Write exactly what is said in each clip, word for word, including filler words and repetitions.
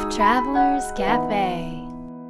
Travelers Cafe。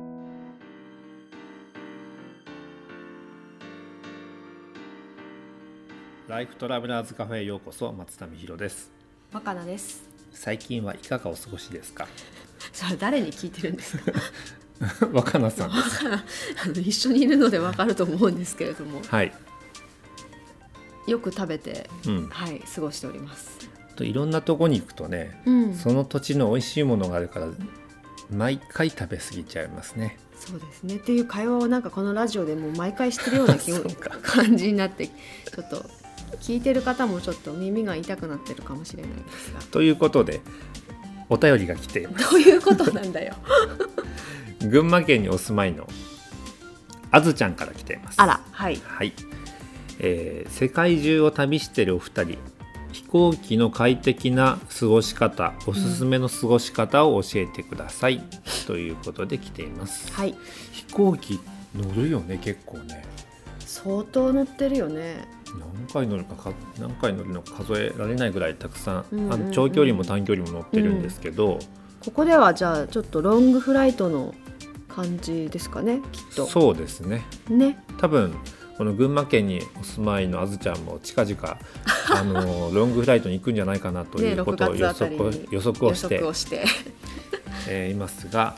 ライフトラベラーズカフェへようこそ。松田美弘です。 若菜です。 最近はいかがお過ごしですか？ それ誰に聞いてるんですか？ 若菜さんです。 あの一緒にいるので分かると思うんですけれども、 はい、 よく食べて、 うんはい、過ごしております。 といろんなとこに行くとね、 うん、 その土地の美味しいものがあるから毎回食べ過ぎちゃいますね。 そうですね。っていう会話をなんかこのラジオでもう毎回してるような気もそうか感じになって、ちょっと聞いてる方もちょっと耳が痛くなってるかもしれないですが。 ということでお便りが来ています。 どういうことなんだよ。 群馬県にお住まいのあずちゃんから来ています。 あら、はい、 はいえー、世界中を旅しているお二人、飛行機の快適な過ごし方、おすすめの過ごし方を教えてください、うん、ということで来ています。 はい、 飛行機乗るよね、結構ね。 相当乗ってるよね。 何回乗るかか何回乗るのか数えられないぐらいたくさん、 うんうんうん、 あの長距離も短距離も乗ってるんですけど、うん、 ここではじゃあちょっとロングフライトの感じですかね、きっと。 そうですね。 ね、 多分この群馬県にお住まいのあずちゃんも近々あのロングフライトに行くんじゃないかなということを予測、ね、予測をして、 予測をしてえー、いますが、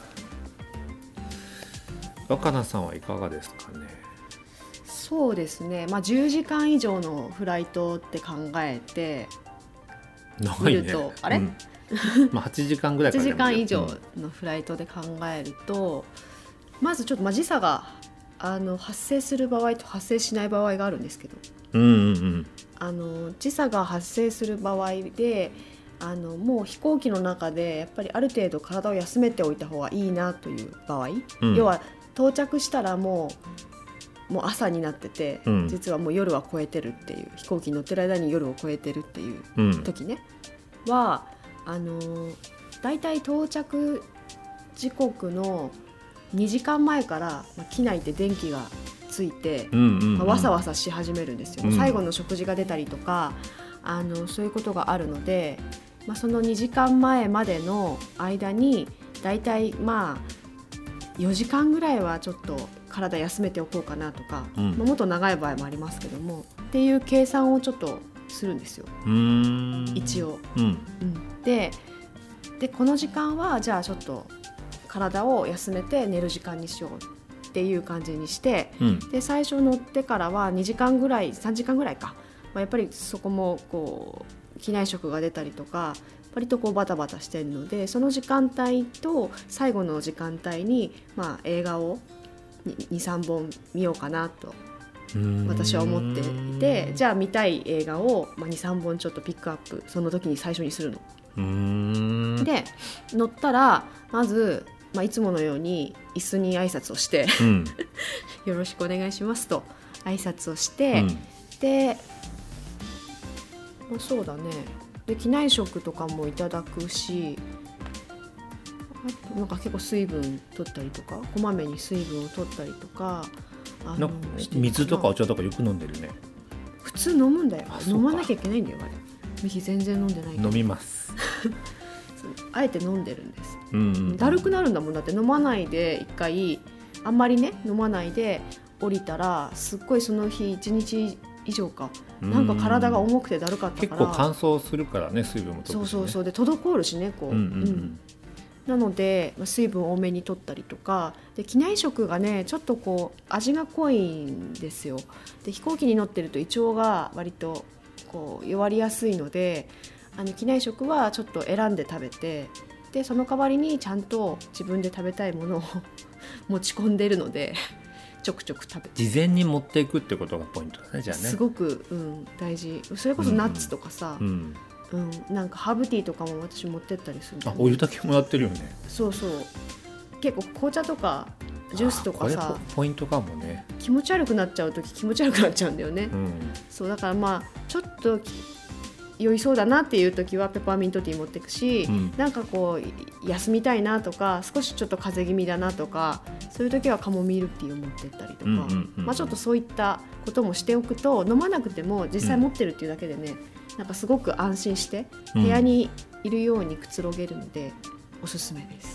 若菜さんはいかがですかね？ そうですね、まあ、じゅうじかん以上のフライトって考えて見ると、 長いね、 あれ、うんまあ、はちじかんぐらいかはちじかん以上のフライトで考えると、うん、まずちょっとまあ時差があの発生する場合と発生しない場合があるんですけど、 うんうんうん、 あの時差が発生する場合で、あのもう飛行機の中でやっぱりある程度体を休めておいた方がいいなという場合、うん、要は到着したらもうもう朝になってて、うん、実はもう夜は超えてるっていう、飛行機に乗ってる間に夜を超えてるっていう時ね、うん、はあのだいたい到着時刻のにじかんまえから、まあ、機内で電気がついて、うんうんうんまあ、わさわさし始めるんですよ、うん、最後の食事が出たりとか、あのそういうことがあるので、まあ、そのにじかんまえまでの間にだいたいまあよじかんぐらいはちょっと体休めておこうかなとか、うんまあ、もっと長い場合もありますけどもっていう計算をちょっとするんですよ、 うーん一応、 うん、 うん、で, でこの時間はじゃあちょっと体を休めて寝る時間にしようっていう感じにして、うん、で最初乗ってからはにじかんぐらいさんじかんぐらいか、まあ、やっぱりそこもこう機内食が出たりとか割とこうバタバタしてるので、その時間帯と最後の時間帯に、まあ、映画を にさんぼん見ようかなと私は思っていて、じゃあ見たい映画を、まあ、にさんぼんちょっとピックアップその時に最初にするの。 うーんで乗ったらまず、まあ、いつものように椅子に挨拶をして、うん、よろしくお願いしますと挨拶をして、うん、で、まあ、そうだね、で機内食とかもいただくし、あとなんか結構水分取ったりとかこまめに水分を取ったりとか、 あの水とかお茶とかよく飲んでるね。 普通飲むんだよ。飲まなきゃいけないんだよあれ。ミキ全然飲んでないから。 飲みますあえて飲んでるんです、 うんうんうん、 だるくなるんだもん。だって飲まないで一回あんまりね飲まないで降りたらすっごいその日いちにち以上かなんか体が重くてだるかったから、 結構乾燥するからね、水分も飛ぶし、ね、 そうそうそうで滞るしねこう、うんうんうん、なので水分多めに取ったりとかで、機内食がねちょっとこう味が濃いんですよ。で飛行機に乗ってると胃腸が割とこう弱りやすいので、あの機内食はちょっと選んで食べて、でその代わりにちゃんと自分で食べたいものを持ち込んでるのでちょくちょく食べて、 事前に持っていくってことがポイントだね。じゃあねすごく、うん、大事。それこそナッツとかさ、うんうんうん、なんかハーブティーとかも私持ってったりするんだよね。 あ、お湯だけもやってるよね。 そうそう、結構紅茶とかジュースとかさ、 これポイントかもね。 気持ち悪くなっちゃうとき気持ち悪くなっちゃうんだよね、うん、そうだからまあちょっと酔いそうだなっていうときはペパーミントティー持っていくし、うん、なんかこう休みたいなとか少しちょっと風邪気味だなとかそういうときはカモミールティーを持ってったりとか、うんうんうんうん、まあ、ちょっとそういったこともしておくと飲まなくても実際持ってるっていうだけでね、うん、なんかすごく安心して部屋にいるようにくつろげるのでおすすめです。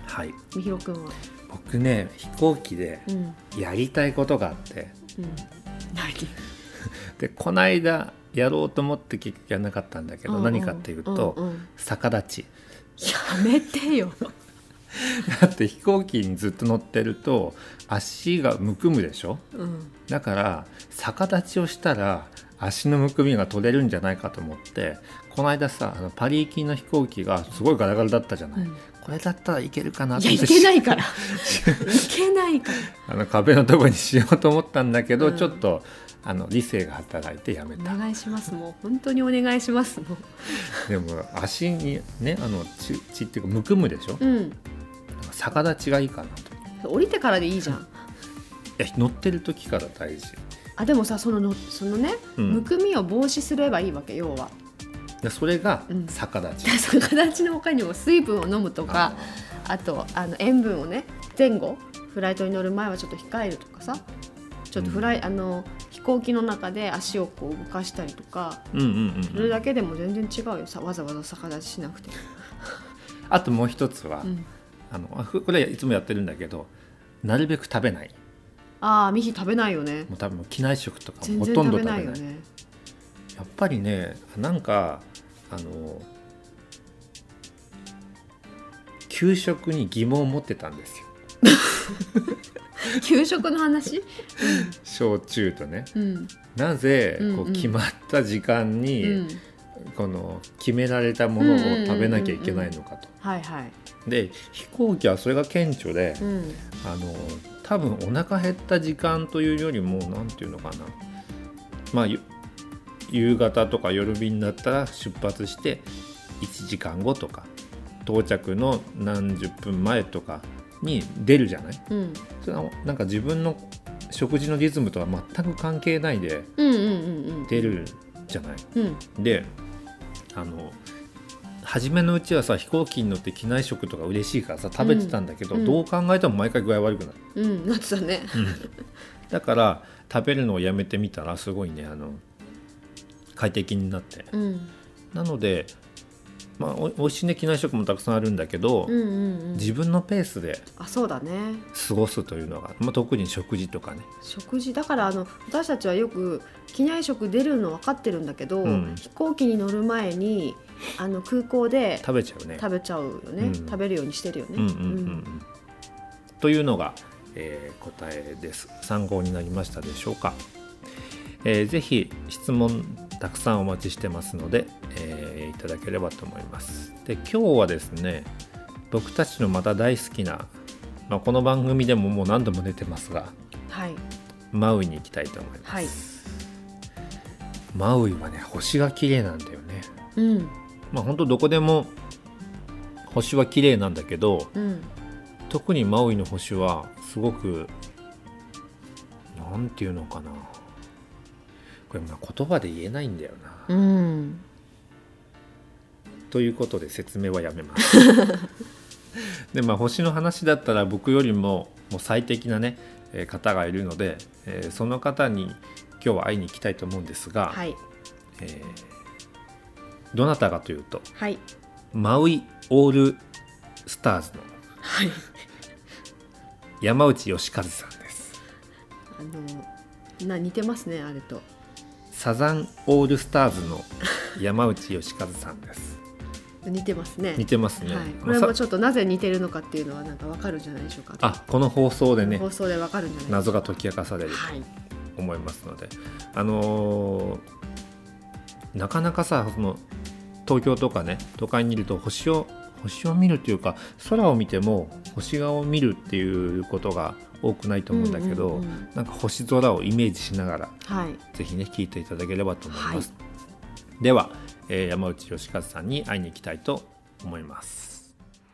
はい、 みひろくんは。 僕ね飛行機でやりたいことがあって、 うんうん、何でこの間やろうと思って結局やらなかったんだけど、うんうん、何かっていうと、うんうん、逆立ち。 やめてよだって飛行機にずっと乗ってると足がむくむでしょ、うん、だから逆立ちをしたら足のむくみが取れるんじゃないかと思って、この間さあのパリ行きの飛行機がすごいガラガラだったじゃない、うん、これだったらいけるかなって。 いやいけないからいけないからあの壁のところにしようと思ったんだけど、うん、ちょっとあの理性が働いてやめた。 お願いします、もう本当にお願いしますもうでも足にねあの血、血っていうかむくむでしょ、うん、逆立ちがいいかなと。降りてからでいいじゃん。いや乗ってる時から大事。 あでもさそののそのね、うん、むくみを防止すればいいわけ要は。 それが逆立ち、 うん、逆立ちの他にも水分を飲むとか、あ, あとあの塩分をね前後フライトに乗る前はちょっと控えるとかさ、ちょっとフライ、うん、あの飛行機の中で足をこう動かしたりとか、うんうんうんうん、それだけでも全然違うよさ、わざわざ逆立ちしなくてあともう一つは、うん、あのこれいつもやってるんだけど、なるべく食べない。 ああミヒ食べないよね。 もう多分機内食とかもほとんど食べない。 全然食べないよね。 やっぱりねなんかあの給食に疑問を持ってたんですよ給食の話、うん、 小中とね、うん、なぜこう決まった時間に、うんうん、この決められたものを食べなきゃいけないのかと。で飛行機はそれが顕著で、うん、あの多分お腹減った時間というよりもなんていうのかな、まあ夕方とか夜便だったら出発していちじかんごとか到着の何十分前とかに出るじゃない、うん、それはなんか自分の食事のリズムとは全く関係ないで出るじゃない、うん、であの初めのうちはさ飛行機に乗って機内食とか嬉しいからさ食べてたんだけど、うん、どう考えても毎回具合悪くなる、 うん、なってたね、 うん、だから食べるのをやめてみたらすごいねあの快適になって、うん、なのでまあ、お, おいしいね機内食もたくさんあるんだけど、うんうんうん、自分のペースで過ごすというのが、まあ、特に食事とかね。 食事だからあの私たちはよく機内食出るの分かってるんだけど、うん、飛行機に乗る前にあの空港で食べちゃうね食べちゃうよね、うん、食べるようにしてるよね、うんうんうんうん、 というのが、えー、答えです。参考になりましたでしょうか。えー、ぜひ質問たくさんお待ちしてますので、えー、いただければと思います。で今日はですね僕たちのまた大好きな、まあ、この番組でももう何度も出てますが、はい、マウイに行きたいと思います、はい、マウイはね星が綺麗なんだよね、うんまあ、本当どこでも星は綺麗なんだけど、うん、特にマウイの星はすごくなんていうのかな、これまあ言葉で言えないんだよな、うん、ということで説明はやめますで、まあ、星の話だったら僕よりも、もう最適な、ね、方がいるので、えー、その方に今日は会いに行きたいと思うんですが、はいえー、どなたかというと、はい、マウイオールスターズの、はい、山内義和さんです。 あのな似てますねあれと。 サザンオールスターズの山内義和さんです似てますね。 似てますね、 はい、これもちょっとなぜ似てるのかっていうのはなんか分かるんじゃないでしょうか。 あこの放送でね放送で分かるんじゃない謎が解き明かされると思いますので、はい、あのー、なかなかさその東京とかね都会にいると星を星を見るというか空を見ても星を見るっていうことが多くないと思うんだけど、うんうんうん、なんか星空をイメージしながら、はい、ぜひね聞いていただければと思います、はい、では、えー、山内義和さんに会いに行きたいと思います。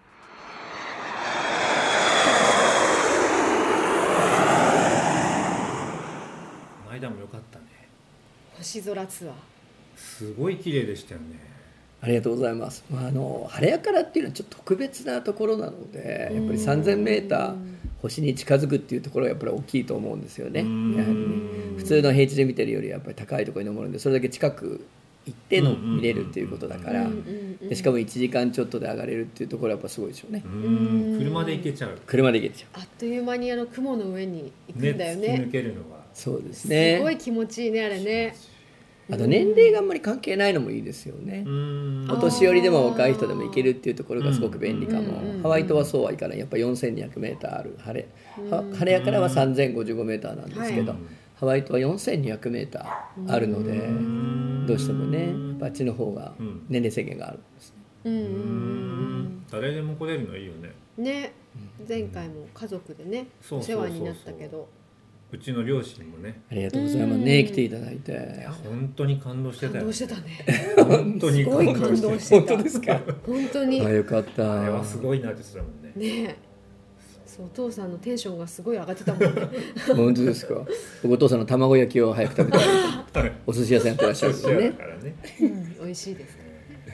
この間も良かったね星空ツアーすごい綺麗でしたよね。 ありがとうございます、まあ、あの晴れやからっていうのはちょっと特別なところなのでやっぱりさんぜんメーター星に近づくっていうところがやっぱり大きいと思うんですよね。やはりね普通の平地で見てるよりやっぱり高いところに登るんでそれだけ近く行っての見れるっていうことだから、 うんうんうん、 でしかもいちじかんちょっとで上がれるっていうところはやっぱすごいでしょうね。 うん車で行けちゃう、 車で行けちゃう。 あっという間にあの雲の上に行くんだよね。 ね、突き抜けるのがそうですね。 すごい気持ちいいねあれね。 あと年齢があんまり関係ないのもいいですよね。 うんお年寄りでも若い人でも行けるっていうところがすごく便利かも、 うんハワイ島はそうはいかない。やっぱよんせんにひゃくメーターある晴れ、は晴れやからはさんぜんごじゅうごメーターなんですけど、 はいハワイ島はよんせんにひゃくメーターあるので、 んどうしてもねやっぱあっちの方が年齢制限があるんですね。 うんうんうん誰でも来れるのいいよね。 うんね、前回も家族でねお世そうそうそうそう話になったけど、 うちの両親もね、 ありがとうございますね、来ていただいて。 いや本当に感動してたよ、 感動してたね。 本当にすごい感動感してた動してた。 本当ですか。 本当にあ、よかった。 あれはすごいなって言ってたもんね。 ね。そうお父さんのテンションがすごい上がってたもんね。 本当ですか。僕お父さんの卵焼きを早く食べたい。 はいお寿司屋さんやってらっしゃるんですだね。 からね。 うん美味しいですね。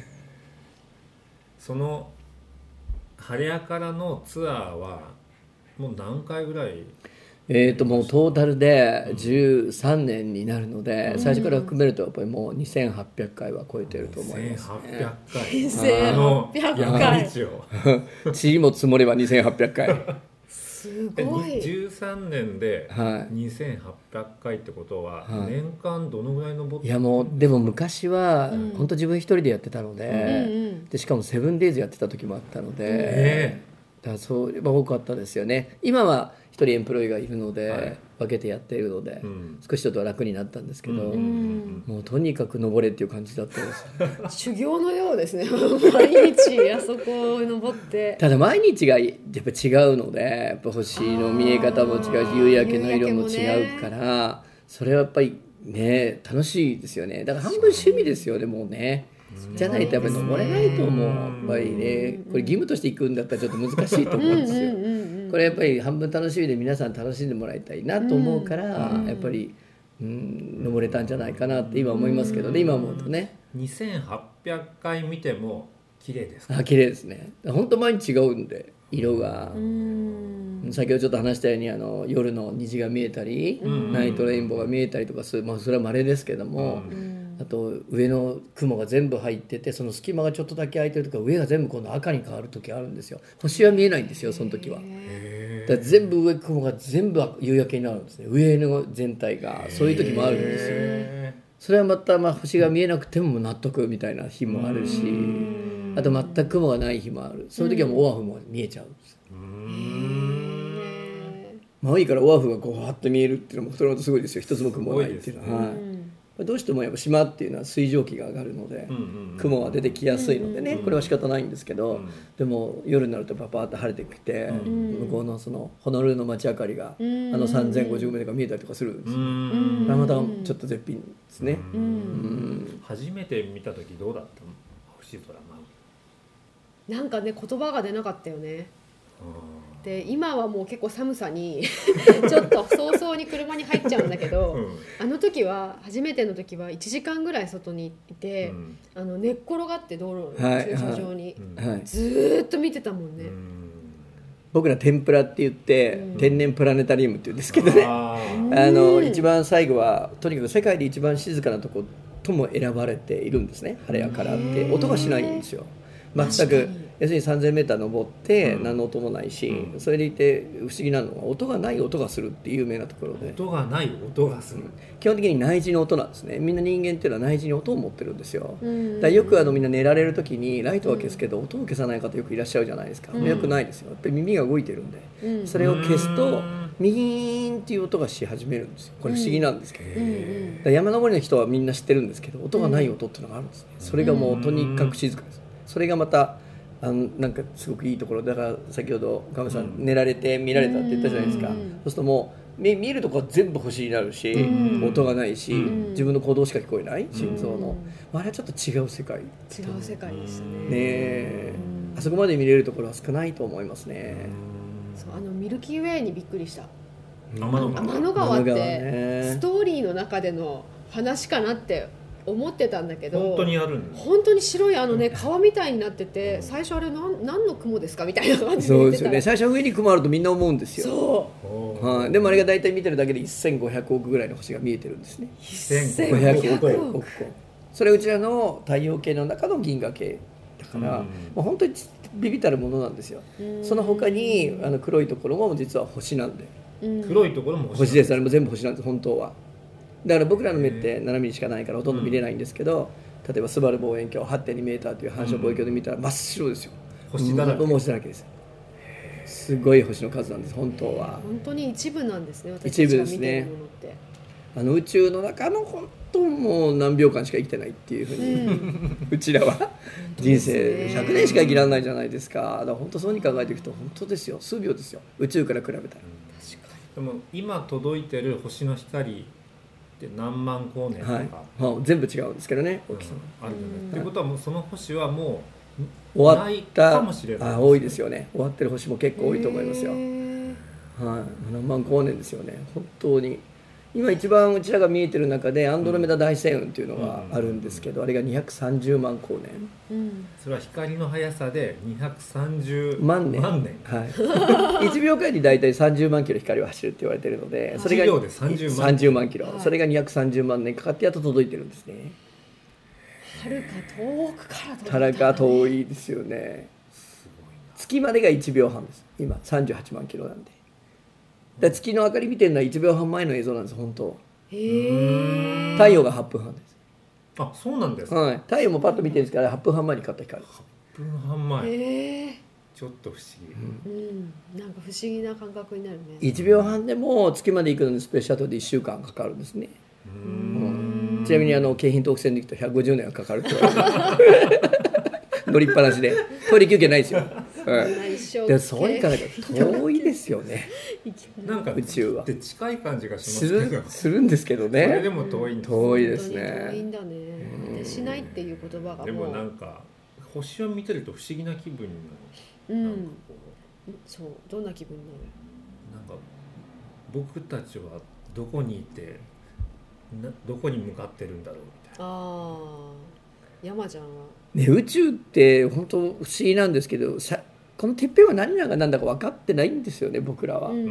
その晴れやからのツアーはもう何回ぐらい？ えーともうトータルでじゅうさんねんになるので、最初から含めるとやっぱりもうにせんはっぴゃくかいは超えてると思いますね。 せんはっぴゃくかい。 せんはっぴゃくかい。 山道を。 塵も積もればにせんはっぴゃくかい。 すごい。 じゅうさんねんではいにせんはっぴゃくかいってことははい年間どのぐらい登っていやもうでも昔はうん本当自分一人でやってたので、 うんうんでしかもセブンデイズやってた時もあったので、 えだからそれは多かったですよね。今は一人エンプロイがいるので、 はい分けてやっているので、 うん少しちょっと楽になったんですけど、 うんうんもうとにかく登れっていう感じだったんです。 修行のようですね。毎日あそこを登って。 ただ毎日がやっぱ違うので、やっぱ星の見え方も違うし、夕焼けの色も違うから、それはやっぱりね楽しいですよね。だから半分趣味ですよね、もうね。じゃないとやっぱり登れないと思う。やっぱりね、これ義務として行くんだったらちょっと難しいと思うんですよ。これやっぱり半分楽しみで皆さん楽しんでもらいたいなと思うから、やっぱり、うん、登れたんじゃないかなって今思いますけどね、今思うとね。 にせんはっぴゃくかい見ても綺麗ですか？ あ、綺麗ですね。本当毎日違うんで色が。 うん先ほどちょっと話したようにあの夜の虹が見えたり、 んナイトレインボーが見えたりとかする、まあ、それは稀ですけども、 うんあと上の雲が全部入っててその隙間がちょっとだけ空いてるとか上が全部今度赤に変わる時あるんですよ。星は見えないんですよその時は。 へだから全部上雲が全部夕焼けになるんですね。上の全体がそういう時もあるんですよ。 えそれはまたまあ星が見えなくても納得みたいな日もあるし、あと全く雲がない日もある。そういう時はもうオアフも見えちゃうんです。 うーんまあいいからオアフがこうわっと見えるっていうのもそれもすごいですよ。一つも雲がないっていうのは、 すごいはいどうしてもやっぱ島っていうのは水蒸気が上がるので、 うんうんうん雲は出てきやすいのでね、 うんこれは仕方ないんですけど、 うんでも夜になるとパパーッと晴れてきて、 うん向こうのそのホノルルの街明かりが、 うんあのさんぜんごじゅうメートルが見えたりとかするんですうよ。 んこれはまたちょっと絶品ですね。 ううんん初めて見た時どうだったの？星空舞う。 なんかね言葉が出なかったよね。 あで今はもう結構寒さにちょっと早々に車に入っちゃうんだけど、 ーあの時は初めての時はいちじかんぐらい外にいて、 うんあの寝っ転がって道路のはい駐車場に、 うんはい、 ずーっと見てたもんね。 うん僕ら天ぷらって言って、 うん天然プラネタリウムって言うんですけどね、 あうんーあの一番最後はとにかく世界で一番静かなとことも選ばれているんですね。晴れやからって音がしないんですよ全く。 確かに要するに さんぜんメーター登ってうん何の音もないし、 うんそれでいて不思議なのは音がない音がするっていう有名なところで、 音がない音がする。 基本的に内耳の音なんですね。みんな人間っていうのは内耳に音を持ってるんですよ。 うんだからよくあのみんな寝られる時にライトは消すけど音を消さない方よくいらっしゃるじゃないですか。 うんよくないですよ。やっぱり耳が動いてるんで、 うんそれを消すうとんミーンっていう音がし始めるんですよ。これ不思議なんですけど、 うんへだから山登りの人はみんな知ってるんですけど音がない音っていうのがあるんですね。それがもうとにかく静かです。それがまたあのなんかすごくいいところだから、先ほど岡部さん、 うん寝られて見られたって言ったじゃないですか。 うんそうするともう見見るとこは全部星になるし、 うん音がないし、 うん自分の鼓動しか聞こえない心臓の、 うんあれはちょっと違う世界ね違う世界でしたね。 え、 うんあそこまで見れるところは少ないと思いますね。 そうあのミルキーウェイにびっくりした。 天の川天の川っ天の川てねストーリーの中での話かなって思ってたんだけど、 本当にあるんです。 本当に白いあのね川みたいになってて、最初あれなん何の雲ですかみたいな感じでそう言ってたら、 ですよね。最初は上に雲あるとみんな思うんですよ。 そはい、でもあれが大体見てるだけでせんごひゃくおくぐらいの星が見えてるんですね。 うせんごひゃくおくせんごひゃくおく億個それうちらの太陽系の中の銀河系だから、 うん、 もう本当にビビたるものなんですよ。その他にあの黒いところも実は星なんで、 黒いところも星星です。あれも全部星なんです本当は。だから僕らの目ってななミリしかないからほとんど見れないんですけど、例えばスバル望遠鏡 はちてんにメーターという反射望遠鏡で見たら真っ白ですよ。 星だらけ。 もう星だらけです。すごい星の数なんです本当は。 本当に一部なんですね。私たちが見てるものって。 あの宇宙の中の本当もう何秒間しか生きてないっていうふうに、うん、うちらは人生ひゃくねんしか生きられないじゃないですか。だから本当そうに考えていくと本当ですよ。数秒ですよ宇宙から比べたら、うん、確かに。でも今届いてる星の光って何万光年とか、はい、 まあ、全部違うんですけどね大きさ、 うん、あるじゃない、うん、ってことはもうその星はもう終わったかもしれない、ね、 あ多いですよね。終わってる星も結構多いと思いますよ。はい、何万光年ですよね本当に。今一番うちらが見えてる中でアンドロメダ大星雲っていうのがあるんですけど、あれがにひゃくさんじゅうまん光年、 うん、 それは光の速さでにひゃくさんじゅうまんねん、 万年、 はい、いちびょうかんに大体さんじゅうまんキロ光を走るって言われてるので、それがいちびょうでさんじゅうまんさんじゅうまんキロ、はい、それがにひゃくさんじゅうまんねんかかってやっと届いてるんですね。 はるか遠くから届いた、 はるか遠いですよね。月までがいちびょうはんです。今さんじゅうはちまんキロなんで、だ月の明かり見てるのはいちびょうはんまえの映像なんです本当。 へ太陽がはっぷんはんです。 あ、そうなんですか、 はい、太陽もパッと見てるんですからはっぷんはんまえに買った光です。 はっぷんはんまえ、 へちょっと不思議、 うんうん、なんか不思議な感覚になるね。 いちびょうはんでも月まで行くのにスペースシャトルでいっしゅうかんかかるんですね。 うーん、ちなみにあの京浜東北線で行くとひゃくごじゅうねんはかかるって言われて乗りっぱなしでトイレ休憩ないですよ。はい、でもそうに考えたら遠いですよねなんか宇宙はで近い感じがしますけど、 する、するんですけどね。 それでも遠いんです。 遠いですね。 遠いんだね。でしないっていう言葉がもうでもなんか星を見てると不思議な気分になる。 うん、 なんかこうそうどんな気分になる。 なんか僕たちはどこにいてなどこに向かってるんだろうみたいな。 ああ、山ちゃんは、 ね、宇宙って本当不思議なんですけどさ、このてっぺんは何が何だか分かってないんですよね僕らは、うん、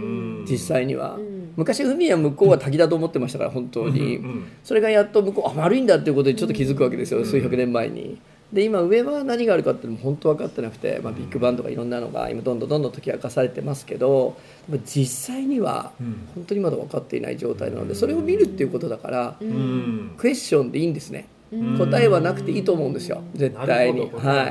実際には、うん、昔海や向こうは滝だと思ってましたから本当に、うんうん、それがやっと向こうあ丸いんだっていうことでちょっと気づくわけですよ、うん、数百年前に。で今上は何があるかっていうのも本当分かってなくて、まあ、ビッグバンとかいろんなのが今どんどんどんどん解き明かされてますけど実際には本当にまだ分かっていない状態なのでそれを見るっていうことだから、うん、クエスチョンでいいんですね。答えはなくていいと思うんですよ絶対に。はい、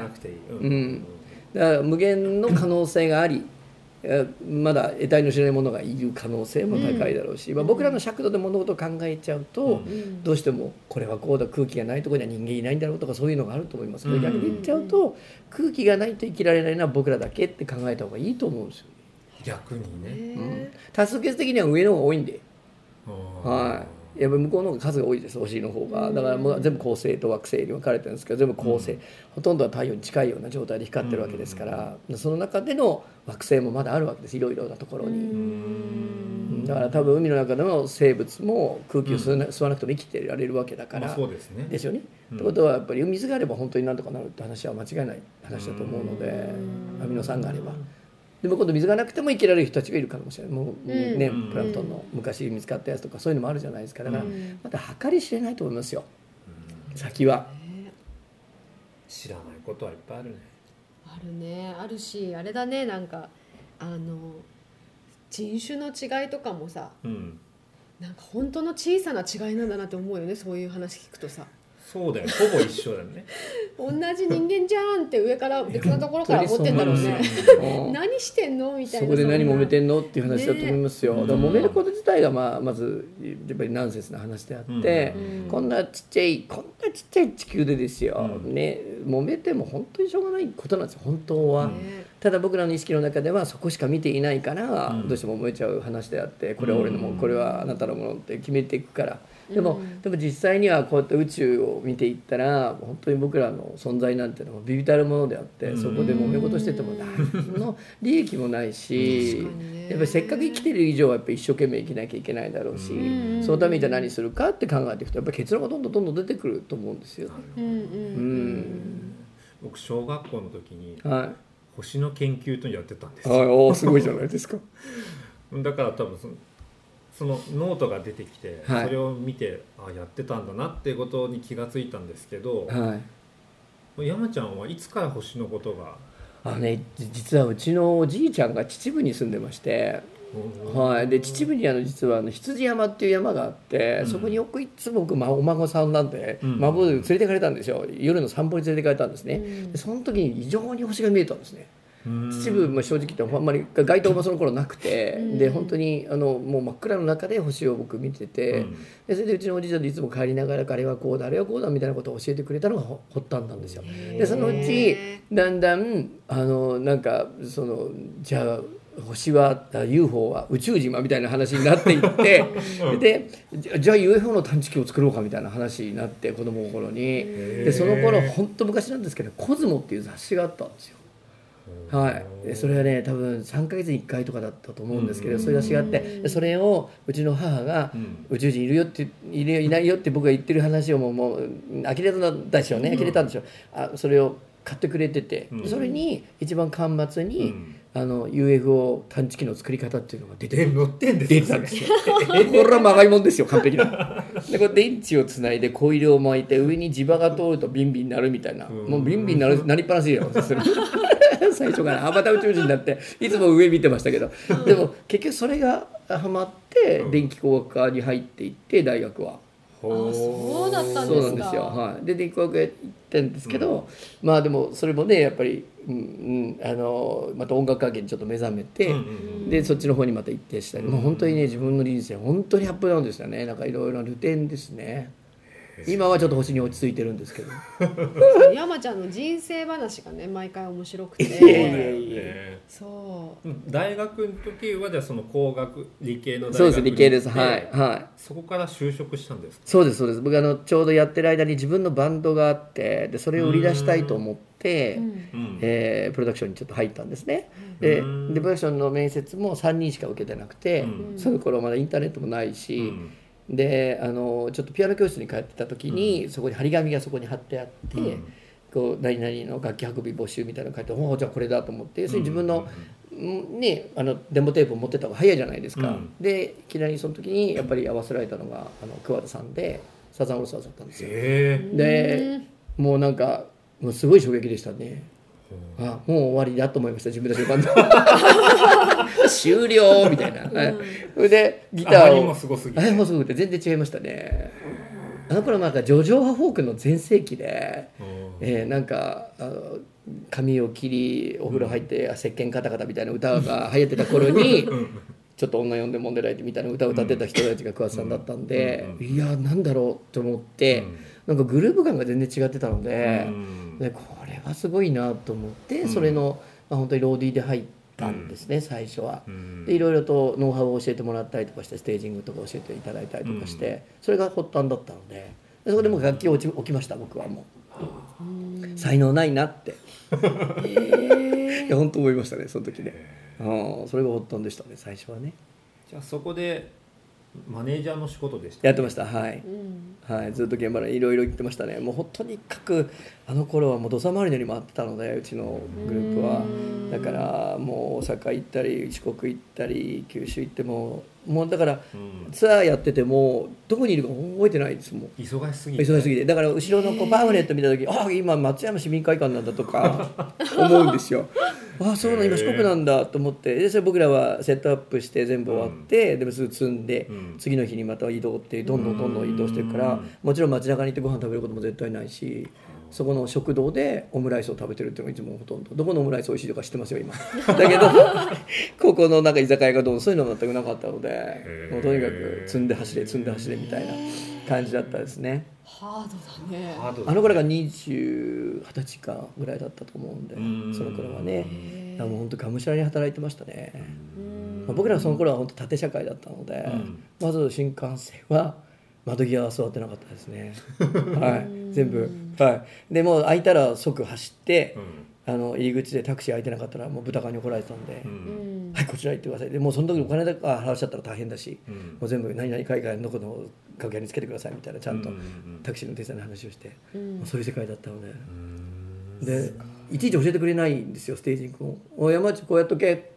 うん、だから無限の可能性がありまだ得体の知れないものがいる可能性も高いだろうし、まあ、僕らの尺度で物事を考えちゃうと、うん、どうしてもこれはこうだ空気がないところには人間いないんだろうとかそういうのがあると思いますけど、うん、逆に言っちゃうと空気がないと生きられないのは僕らだけって考えた方がいいと思うんですよ。 逆にね、 うん、多数決的には上の方が多いんで、はい、やっぱり向こうの方が数が多いです星の方が。だからもう全部恒星と惑星に分かれてるんですけど全部恒星、うん、ほとんどは太陽に近いような状態で光ってるわけですから、うん、その中での惑星もまだあるわけですいろいろなところに。うんだから多分海の中での生物も空気を吸わな、うん、吸わなくても生きてられるわけだから、 まあ、そうですね。 ですよね。と、うん、いうことはやっぱり水があれば本当になんとかなるって話は間違いない話だと思うので、アミノ酸があれば。でも今度水がなくても生きられる人たちがいるかもしれない。もうね、うん、プランクトンの昔見つかったやつとかそういうのもあるじゃないですか。だからまだ計り知れないと思いますよ、うん、先は。 知らないことはいっぱいあるね。 あるね、あるしあれだね、なんかあの人種の違いとかもさ、うん、なんか本当の小さな違いなんだなって思うよね、そういう話聞くとさ。 そうだよ、ほぼ一緒だよね同じ人間じゃんって上から別のところから思ってんだろうね何してんのみたいな。 そこで何揉めてんのっていう話だと思いますよ、ね、だから揉めること自体が、まあ、まずやっぱりナンセンスな話であって、うん、こんなちっちゃいこんなちっちゃい地球でですよ、うん、ね、揉めても本当にしょうがないことなんですよ本当は、うん、ただ僕らの意識の中ではそこしか見ていないから、うん、どうしても揉めちゃう話であって、これは俺のもの、これはあなたのものって決めていくから。でも、うん、でも実際にはこうやって宇宙を見ていったら本当に僕らの存在なんていうのはビビたるものであって、うん、そこで揉め事してても何の利益もないし、やっぱりせっかく生きてる以上はやっぱり一生懸命生きなきゃいけないだろうし、うん、そのためにじゃあ何するかって考えていくとやっぱり結論がどんどんどんどん出てくると思うんですよ。うんうん、 僕小学校の時に、 はい、 星の研究とやってたんですよ。 ああ、すごいじゃないですかだから多分そのそのノートが出てきて、 はい、 それを見てあやってたんだなっていうことに気がついたんですけど、 はい、 山ちゃんはいつから星のことがあのね、実はうちのおじいちゃんが秩父に住んでまして、はい、で秩父にあの実はあの羊山っていう山があって、うん、そこによくいつも僕お孫さんなんで、うん、孫で連れてかれたんですよ。夜の散歩に連れてかれたんですね、うん、でその時に異常に星が見えたんですね。秩父も正直言ってあんまり街灯もその頃なくて、うん、で本当にあのもう真っ暗の中で星を僕見てて、うん、でそれでうちのおじいちゃんでいつも帰りながらあれはこうだあれはこうだみたいなことを教えてくれたのが発端なんですよ。でそのうちだんだんあのなんかそのじゃあ星は ユーフォー は宇宙人はみたいな話になっていってでじゃあ ユーエフオー の探知機を作ろうかみたいな話になって子供の頃にでその頃本当昔なんですけどコズモっていう雑誌があったんですよ。はい、それはね多分さんかげつにいっかいとかだったと思うんですけど、うん、そういう雑誌があってそれをうちの母が、うん、宇宙人いるよっているいないよって僕が言ってる話をもう、もう呆れたんでしょうね呆れたんでしょう、あそれを買ってくれてて、うん、それに一番巻末に、うん、あの ユーエフオー 探知機の作り方っていうのが出て載ってんです出てたんですよこれはまがいもんですよ完璧なでこれ電池をつないでコイルを巻いて上に磁場が通るとビンビンになるみたいな、うん、もうビンビンになるなりっぱなしよ最初からあまた宇宙人になっていつも上見てましたけど、でも結局それがハマって電気工学科に入っていって大学は。 あそうだったんですか。 そうなんですよ、はい、で電気工学科行ってるんですけど、うん、まあでもそれもねやっぱり、うんうん、あのまた音楽関係にちょっと目覚めて、うんうんうん、でそっちの方にまた行ってしたり、うんうん、もう本当にね自分の人生本当にアップダウンですよね。なんかいろいろなルテンですね。今はちょっと星に落ち着いてるんですけど山ちゃんの人生話がね毎回面白くてそう大学の時はじゃあその工学理系の大学に行ってそうです理系ですはいはい。 そこから就職したんですか。 そうですそうです。僕あのちょうどやってる間に自分のバンドがあってでそれを売り出したいと思ってうん、えー、プロダクションにちょっと入ったんですね。で, でプロダクションの面接もさんにんしか受けてなくて、うん、その頃まだインターネットもないし、うんであのちょっとピアノ教室に通ってた時に、うん、そこに張り紙がそこに貼ってあって、うん、こう何々の楽器運び募集みたいなの書いておじゃあこれだと思って要するに自分の、うん、ねあのデモテープを持ってた方が早いじゃないですか、うん、でいきなりその時にやっぱり合わせられたのがあの桑田さんでサザンオールスターズだったんですよ。でもうなんかもうすごい衝撃でしたね。あもう終わりだと思いました自分たちのバンド終了みたいな、はい、でギターをあれもすごすぎてあれもすごくて全然違いましたね。あの頃なんかジョジョ・ハフォークの全盛期で、えー、なんかあの髪を切りお風呂入って石鹸カタカタみたいな歌が流行ってた頃にちょっと女呼んでもんでないみたいな歌を歌ってた人たちが桑田さんだったんで、いやなんだろうと思って、なんかグルーヴ感が全然違ってたので、でこれはすごいなと思って、それの、まあ、本当にローディーで入ったんですね、最初は。でいろいろとノウハウを教えてもらったりとかしてステージングとか教えていただいたりとかして、それが発端だったので、でそこでも楽器を置きました僕はもう。才能ないなって、えー、いや本当思いましたねその時ね。あそれが発端でしたね最初はね。 じゃあそこでマネージャーの仕事でした、 ね、やってましたはい、うんはい、ずっと現場でいろいろ言ってましたね。もう本当にかくあの頃はもう土佐回りのように回ってたのでうちのグループは。だからもう大阪行ったり四国行ったり九州行ってももうだからツアーやっててもどこにいるか覚えてないですもん。 忙しすぎて忙しすぎてだから後ろのこうパンフレット見た時ああ今松山市民会館なんだとか思うんですよ。ああそうなの今四国なんだと思ってでそれ僕らはセットアップして全部終わって、うん、でもすぐ積んで、うん、次の日にまた移動ってどんどんどんどん移動していくからもちろん街中に行ってご飯食べることも絶対ないしそこの食堂でオムライスを食べてるっていうのがいつもほとんどどこのオムライス美味しいとか知ってますよ今だけどここのなんか居酒屋がどうもそういうの全くなかったのでもうとにかく積んで走れ積んで走れみたいな感じだったですね。 ハードだね。 ハードだね。あの頃がにじゅう、はたちかぐらいだったと思うんでうんその頃はねもう本当がむしゃらに働いてましたね。まあ、僕らはその頃は本当縦社会だったのでまず新幹線は窓際は座ってなかったですねはい全部はいでもう空いたら即走って、うん、あの入り口でタクシー空いてなかったらもう豚カンに怒られてたんで、うん、はいこちら行ってくださいでもうその時お金だけ払っちゃったら大変だし、うん、もう全部何々海外のどこの楽屋につけてくださいみたいなちゃんとタクシーの手伝いの話をして、うん、そういう世界だったので、うん、でいちいち教えてくれないんですよステージングもお山内こうやっとけ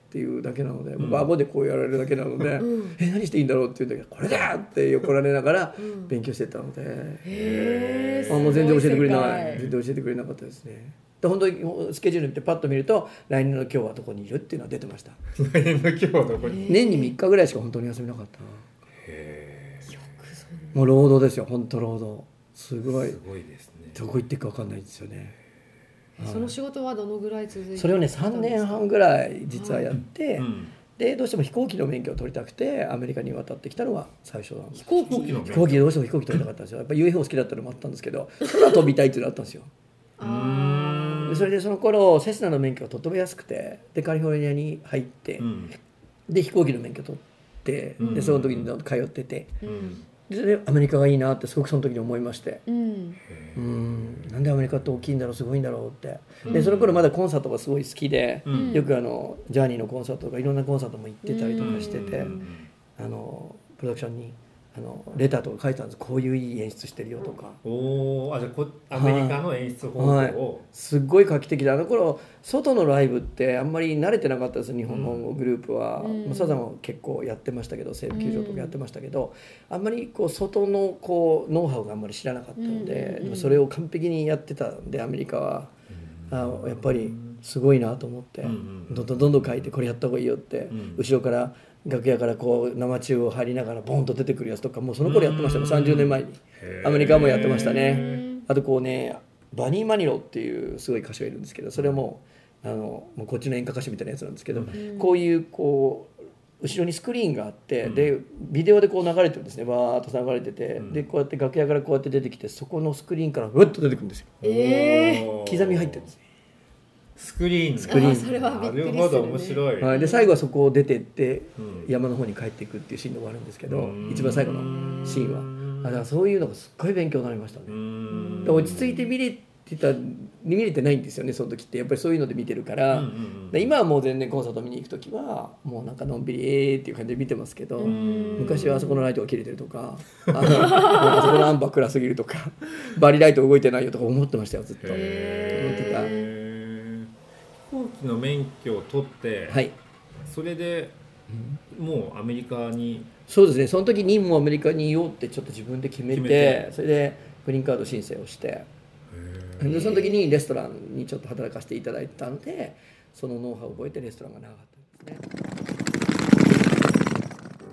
っていうだけなので、僕は顎でこうやられるだけなので、 うん、 え何していいんだろうって言うんだけど、これだって怒られながらうん勉強してたので、 へーあもう全然教えてくれなすごい世界い全然教えてくれなかったですね。で本当にスケジュール見てパッと見ると来年の今日はどこにいるっていうのは出てました。 来年の今日はどこに。 年にみっかぐらいしか本当に休みなかったな。 へー、 よくそんなもう労働ですよ、本当労働。すごいすごいですね。 どこ行っていくか分かんないんですよね。 その仕事はどのぐらい続いてそれをねさんねんはんぐらい実はやって、 うんでどうしても飛行機の免許を取りたくてアメリカに渡ってきたのが最初なんです。 飛行機飛行機の飛行機どうしても飛行機取りたかったんですよ。やっぱり ユーエフオー 好きだったのもあったんですけど、空飛びたいっていうのがあったんですよ。 あでそれでその頃セスナの免許がとっても安くて、でカリフォルニアに入って、 うんで飛行機の免許取ってうんでその時に通ってて、 ーうんでそれでアメリカがいいなってすごくその時に思いまして、 うんうんなんでアメリカって大きいんだろう、すごいんだろうって。でその頃まだコンサートがすごい好きで、 うんよくあのジャーニーのコンサートとかいろんなコンサートも行ってたりとかしてて、 うんあのプロダクションにあのレターとか書いてたんです。こういういい演出してるよとか。 おー、あじゃあこアメリカの演出方法を、 はいすっごい画期的で、あの頃外のライブってあんまり慣れてなかったです、日本のグループは。 うんまあサザンは結構やってましたけど、西武球場とかやってましたけど、あんまりこう外のこうノウハウがあんまり知らなかったので、 うんでもそれを完璧にやってたんでアメリカは、あやっぱりすごいなと思って、 うんどんどんどんどん書いてこれやった方がいいよって、 うん後ろから楽屋からこう生中を張りながらボンと出てくるやつとかもうその頃やってましたよ、さんじゅうねんまえに。 へーアメリカもやってましたね。あとこうねバニー・マニロっていうすごい歌手がいるんですけど、それもあのもうこっちの演歌歌手みたいなやつなんですけど、こういうこう後ろにスクリーンがあって、 うんでビデオでこう流れてるんですね、バーッと流れてて、 うんでこうやって楽屋からこうやって出てきて、そこのスクリーンからうっと出てくるんですよ。 えおー刻み入ってるんですね。 スクリーンスクリーンあそれはびっくりするねなるほど面白い、 はい、で最後はそこを出てってうん山の方に帰っていくっていうシーンがあるんですけど、 うん一番最後のシーンはあだからそういうのがすっごい勉強になりましたね。 うーんで落ち着いて見れてた見れてないんですよね、その時って。やっぱりそういうので見てるから、 うんうんうんで今はもう全然コンサート見に行く時はもうなんかのんびりえーっていう感じで見てますけど、 うん昔はあそこのライトが切れてるとかあのあそこのアンバー暗すぎるとかバリライト動いてないよとか思ってましたよずっと。 へ思ってたー飛行機の免許を取って、 はい、 それでもうアメリカにそうですね、その時にもうアメリカにいようってちょっと自分で決めて、 決めてそれでグリーンカード申請をして、でその時にレストランにちょっと働かせていただいたので、そのノウハウを覚えてレストランが長かったんですね。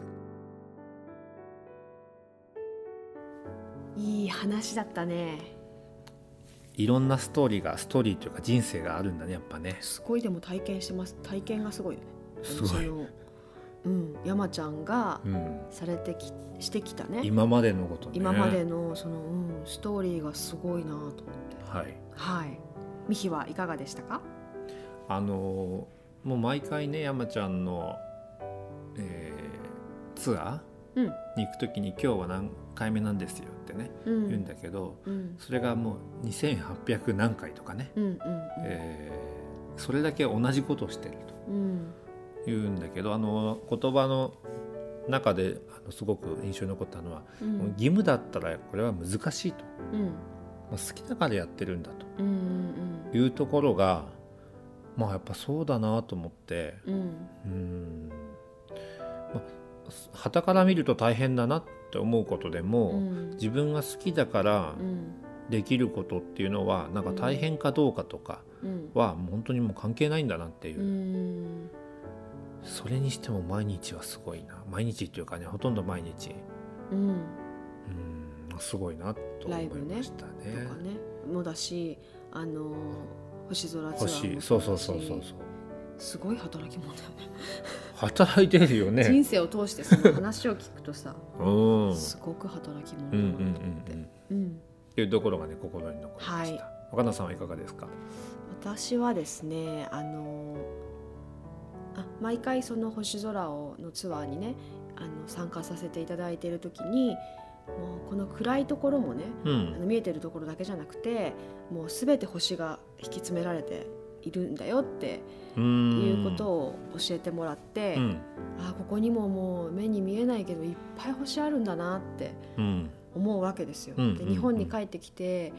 いい話だったね。 いろんなストーリーがストーリーというか人生があるんだねやっぱね。 すごいでも体験してます。体験がすごいよね。 すごいそのうん山ちゃんがうん、 されてきしてきたね。 今までのことね。 今までのその、うん、ストーリーがすごいなと思って。 はい。 はい。ミヒはいかがでしたか？ あのーもう毎回ね山ちゃんの、えーツアうんーに行くときに今日は何回目なんですよってね、 うん言うんだけど、 うんそれがもうにせんはっぴゃく何回とかね、 うんうんえーそれだけ同じことをしてるうんと言うんだけど、あの言葉の中であのすごく印象に残ったのは、 うん義務だったらこれは難しいと、 うんまあ、好きだからやってるんだうんうんというところがまあやっぱそうだなと思ってうんうーん、まあ傍から見ると大変だなって思うことでも、 うん自分が好きだからうんできることっていうのはなんか大変かどうかとかうんはもう本当にもう関係ないんだなっていう、 うんそれにしても毎日はすごいな、毎日っていうかねほとんど毎日うんうーんすごいなと思いライブねましたね。 とかねもだし、あの星空ツアーも星そうそうそうそうそうすごい働き者だよね。 働いてるよね。 人生を通してその話を聞くとさ、 うんすごく働き者うんうんだなと思って。 うんうんっうんていうところがね心に残りました。 はい若菜さんはいかがですか。 私はですね、あのあ毎回その星空をのツアーにねあの参加させていただいている時にもうこの暗いところもね、 うあんの見えてるところだけじゃなくてもう全て星が引き詰められているんだよってうーんいうことを教えてもらって、 うんあここにももう目に見えないけどいっぱい星あるんだなってうん思うわけですよ。 うんうんうんで日本に帰ってきて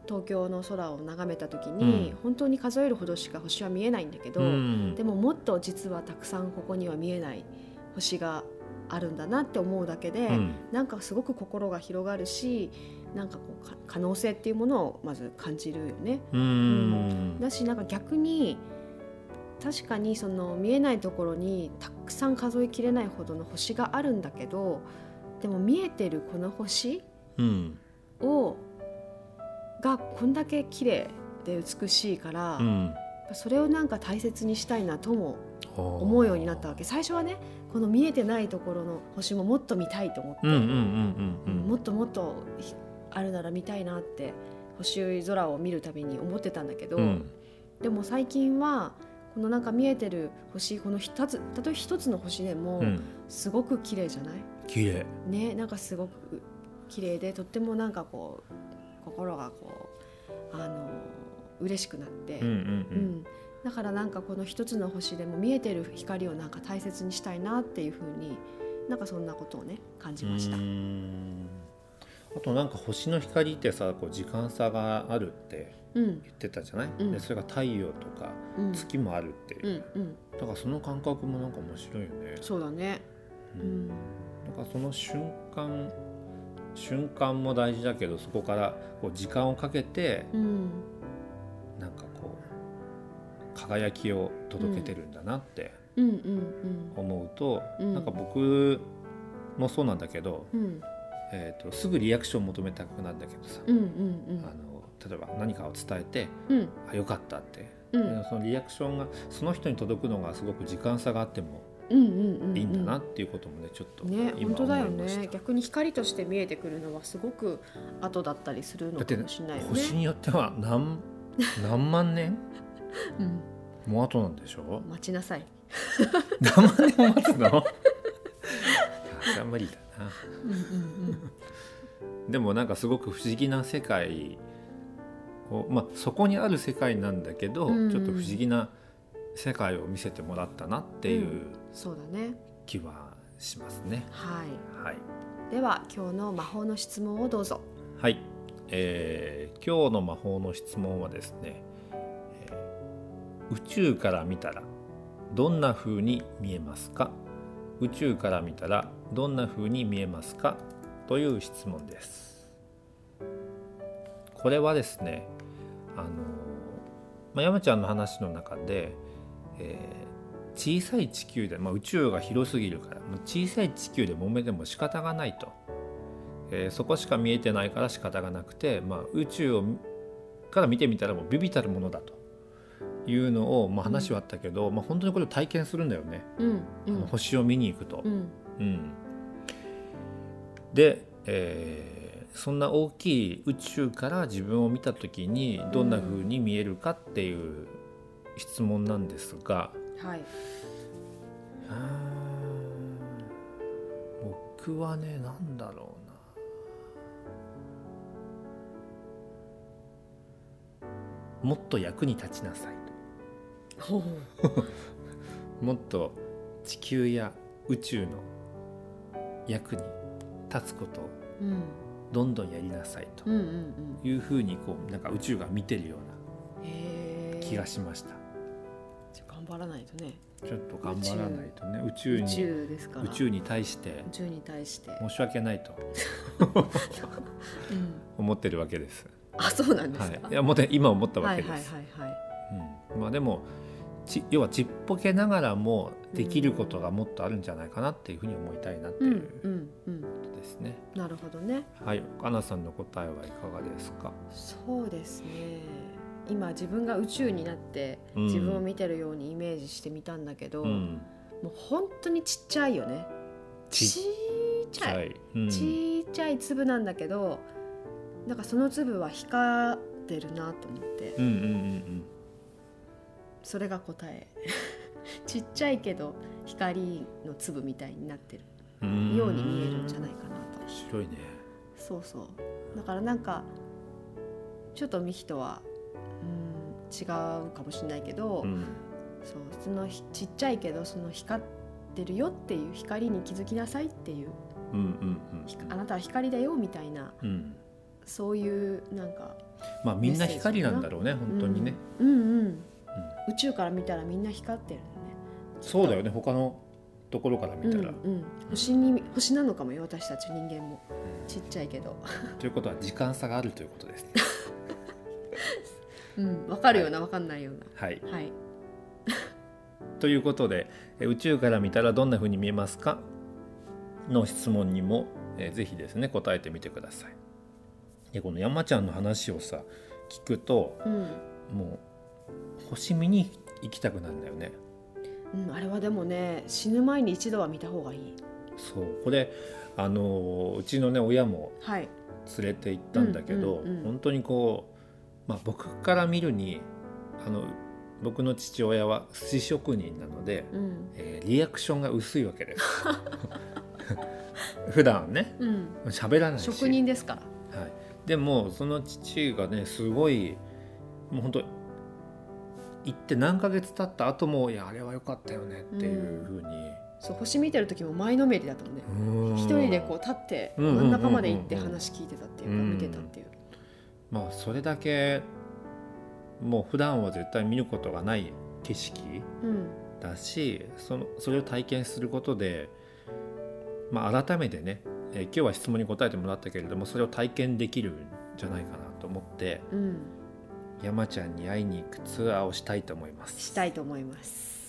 東京の空を眺めた時に、うん、本当に数えるほどしか星は見えないんだけど、うん、でももっと実はたくさんここには見えない星があるんだなって思うだけで、うん、なんかすごく心が広がるし、なんかこうか可能性っていうものをまず感じるよね。 うんうん、 だしなんか逆に確かにその見えないところにたくさん数えきれないほどの星があるんだけど、でも見えてるこの星を、うん、がこんだけ綺麗で美しいから、うん、それをなんか大切にしたいなとも思うようになったわけ。最初はね、この見えてないところの星ももっと見たいと思って、もっともっとあるなら見たいなって星空を見るたびに思ってたんだけど、うん、でも最近はこのなんか見えてる星、この一つ、例えば一つの星でもすごく綺麗じゃない？ 綺麗ね、なんかすごく綺麗で、とってもなんかこう心がこうあの嬉しくなって、うんうんうんうん、だからなんかこの一つの星でも見えてる光をなんか大切にしたいなっていうふうに、なんかそんなことをね感じました。 うーん、あとなんか星の光ってさ、こう時間差があるって言ってたじゃない、うん、でそれが太陽とか月もあるっていう、うんうん、だからその感覚もなんか面白いよね。 そうだね、うん、 だからその瞬間瞬間も大事だけど、そこからこう時間をかけて、うん、なんかこう輝きを届けてるんだなって思うと、うんうんうんうん、なんか僕もそうなんだけど、うん、えーと、すぐリアクションを求めたくなるんだけどさ、うんうんうん、あの例えば何かを伝えて、うん、あよかったって、うん、そのリアクションがその人に届くのがすごく時間差があってもいいんだなっていうこともね、ちょっと今思いました。ね、本当だよね。 逆に光として見えてくるのはすごく後だったりするのかもしれないよね。 星によっては 何, 何万年、うん、もう後なんでしょ。 待ちなさい。 何万年も待つの？あんまりだな。うんうんうん、でもなんかすごく不思議な世界を、まあ、そこにある世界なんだけど、うんうん、ちょっと不思議な世界を見せてもらったなっていう気はしますね。 はいはい、では今日の魔法の質問をどうぞ。 はい、えー、今日の魔法の質問はですね、えー、宇宙から見たらどんな風に見えますか？宇宙から見たらどんな風に見えますか？という質問です。これはですね、あの、まあ、山ちゃんの話の中で、えー、小さい地球で、まあ、宇宙が広すぎるからもう小さい地球で揉めても仕方がないと、えー、そこしか見えてないから仕方がなくて、まあ、宇宙をから見てみたらもう微々たるものだというのを、まあ、話はあったけど、うん、まあ、本当にこれを体験するんだよね、うんうん、あの星を見に行くと、うんうん、で、えー、そんな大きい宇宙から自分を見た時にどんな風に見えるかっていう質問なんですが、はい、あ僕はね、なんだろうな、もっと役に立ちなさいともっと地球や宇宙の役に立つことをどんどんやりなさいというふうにこうなんか宇宙が見てるような気がしました。 頑張らないとね。 ちょっと頑張らないとね。宇宙に、宇宙ですから、宇宙に対して宇宙に対して申し訳ないと、うん、思ってるわけです。 あ、そうなんですか。 はい、いやもう今思ったわけです。はいはいはいはい、うん、まあでもち要はちっぽけながらもできることがもっとあるんじゃないかなっていうふうに思いたいなっていうことですね。 うんうんうん、なるほどね。 はい、アナさんの答えはいかがですか？ そうですね。今自分が宇宙になって自分を見てるようにイメージしてみたんだけど、うん、もう本当にちっちゃいよね。ちっちゃい、うん、ちっちゃい粒なんだけど、なんかその粒は光ってるなと思って、うんうんうんうん、それが答えちっちゃいけど光の粒みたいになってるように見えるんじゃないかなと。 面白いね。 そうそう。だからなんかちょっとミヒとはうん違うかもしれないけど、うん、そうそのちっちゃいけどその光ってるよっていう光に気づきなさいっていう、うんうんうん、あなたは光だよみたいなそういうなんかまあみんな光なんだろうね本当にね、 うん、うんうん、宇宙から見たらみんな光ってるんだよね。 そうだよね、他のところから見たら、 うんうん、星に星なのかもよ私たち人間も、うん、ちっちゃいけどということは時間差があるということですねうん、分かるような、はい、分かんないような、 はい、 はい、 ということで宇宙から見たらどんな風に見えますかの質問にも、えー、ぜひですね答えてみてください。でこの山ちゃんの話をさ聞くと、うん、もう星見に行きたくなるんだよね、 うん、あれはでもね死ぬ前に一度は見た方がいい。 そうこれあのうちのね親も連れて行ったんだけど、はいうんうんうん、本当にこうまあ、僕から見るにあの僕の父親は寿司職人なので、うんえー、リアクションが薄いわけです普段ね喋、うん、らないし職人ですから、 はい、でもその父がねすごいもう本当行って何ヶ月経った後もいやあれは良かったよねっていう風に、うん、 そう星見てる時も前のめりだったもんね。一人でこう立って真ん中まで行って話聞いてたっていうか、うんうんうんうん、見てたっていうまあ、それだけもう普段は絶対見ることがない景色だし、うん、そのそれを体験することで、まあ、改めてね、えー、今日は質問に答えてもらったけれどもそれを体験できるんじゃないかなと思って、うん、山ちゃんに会いに行くツアーをしたいと思います。 したいと思います。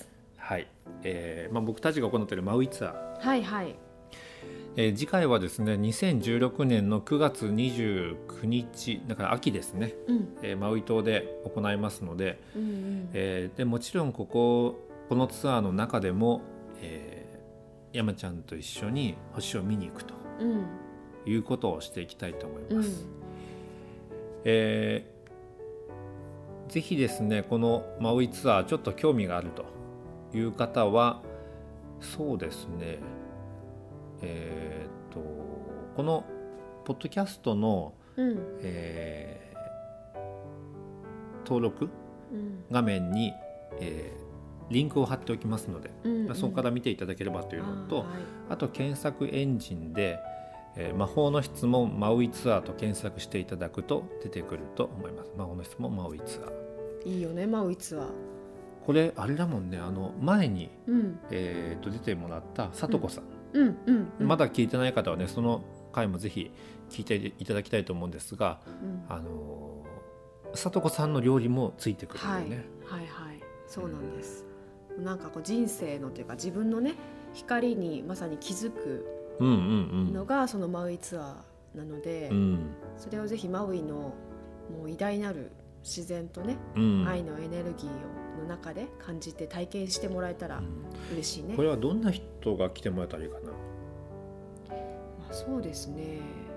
はい、えーまあ、僕たちが行っているマウイツアー、 はいはいえー、次回はですねにせんじゅうろくねんのくがつにじゅうくにちだから秋ですね、うんえー、マウイ島で行いますので、うんうんえー、でもちろんこここのツアーの中でも、えー、山ちゃんと一緒に星を見に行くということをしていきたいと思います、うんえー、ぜひですねこのマウイツアーちょっと興味があるという方はそうですねえー、とこのポッドキャストの、うんえー、登録、うん、画面に、えー、リンクを貼っておきますので、うんうん、そこから見ていただければというのと あ,、はい、あと検索エンジンで、えー、魔法の質問マウイツアーと検索していただくと出てくると思います。魔法の質問マウイツアーいいよねマウイツアーこれあれだもんねあの前に、うんえー、と出てもらったさとこさん、うんうんうんうん、まだ聞いてない方はねその回もぜひ聞いていただきたいと思うんですが、うん、あのさとこさんの料理もついてくるんだよね、 はい、はいはいそうなんです、うん、なんかこう人生のというか自分のね光にまさに気づくのがそのマウイツアーなので、うん、それをぜひマウイのもう偉大なる自然とね、うん、愛のエネルギーをの中で感じて体験してもらえたら嬉しいね、うん、 これはどんな人が来てもらえたらいいかな、まあ、そうですね、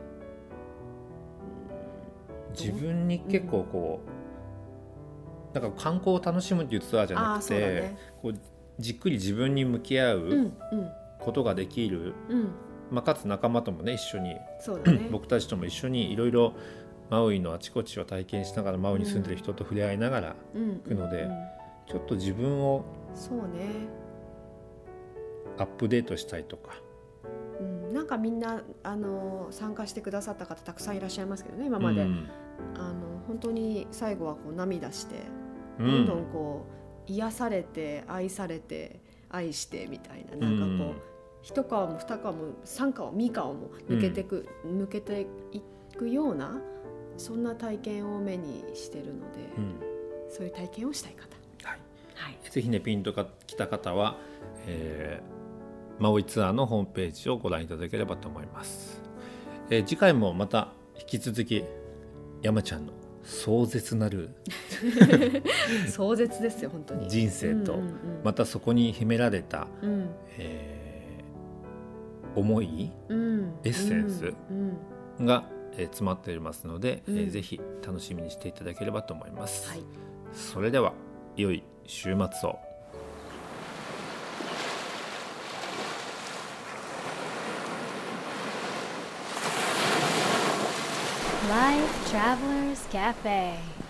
うん、自分に結構こう、うん、なんか観光を楽しむっていうツアーじゃなくて、ね、こうじっくり自分に向き合うことができる、うんうんまあ、かつ仲間ともね一緒にそうだ、ね、僕たちとも一緒にいろいろマウイのあちこちを体験しながらマウイに住んでる人と触れ合いながら行くので、うんうんうんうんちょっと自分をそうねアップデートしたいとか、 うん、なんかみんなあの参加してくださった方たくさんいらっしゃいますけどね今まで、うん、あの本当に最後はこう涙して、うん、どんどんこう癒されて愛されて愛してみたいななんかこう、うん、一皮も二皮も三皮も三皮も抜けてく、うん、抜けていくようなそんな体験を目にしてるので、うん、そういう体験をしたい方はい、ぜひねピンときた方は、えー、マウイツアーのホームページをご覧いただければと思います、えー、次回もまた引き続き山ちゃんの壮絶なる壮絶ですよ本当に人生と、うんうんうん、またそこに秘められた、うんえー、思い、うん、エッセンスが、えー、詰まっていますので、うんえー、ぜひ楽しみにしていただければと思います、はい、それでは良い週末を。 Life Travelers Cafe